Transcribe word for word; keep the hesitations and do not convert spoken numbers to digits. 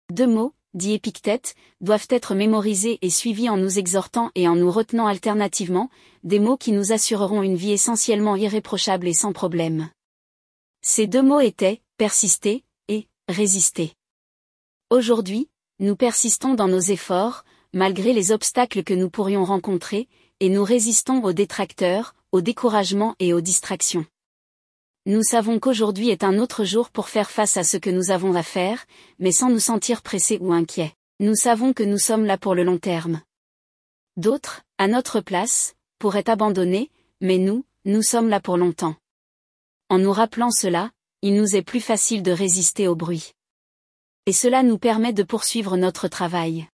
Deux mots, dit Épictète, doivent être mémorisés et suivis en nous exhortant et en nous retenant alternativement, des mots qui nous assureront une vie essentiellement irréprochable et sans problème. Ces deux mots étaient « persister » et « résister ». Aujourd'hui, nous persistons dans nos efforts, malgré les obstacles que nous pourrions rencontrer, et nous résistons aux détracteurs, au découragement et aux distractions. Nous savons qu'aujourd'hui est un autre jour pour faire face à ce que nous avons à faire, mais sans nous sentir pressés ou inquiets. Nous savons que nous sommes là pour le long terme. D'autres, à notre place, pourraient abandonner, mais nous, nous sommes là pour longtemps. En nous rappelant cela, il nous est plus facile de résister au bruit. Et cela nous permet de poursuivre notre travail.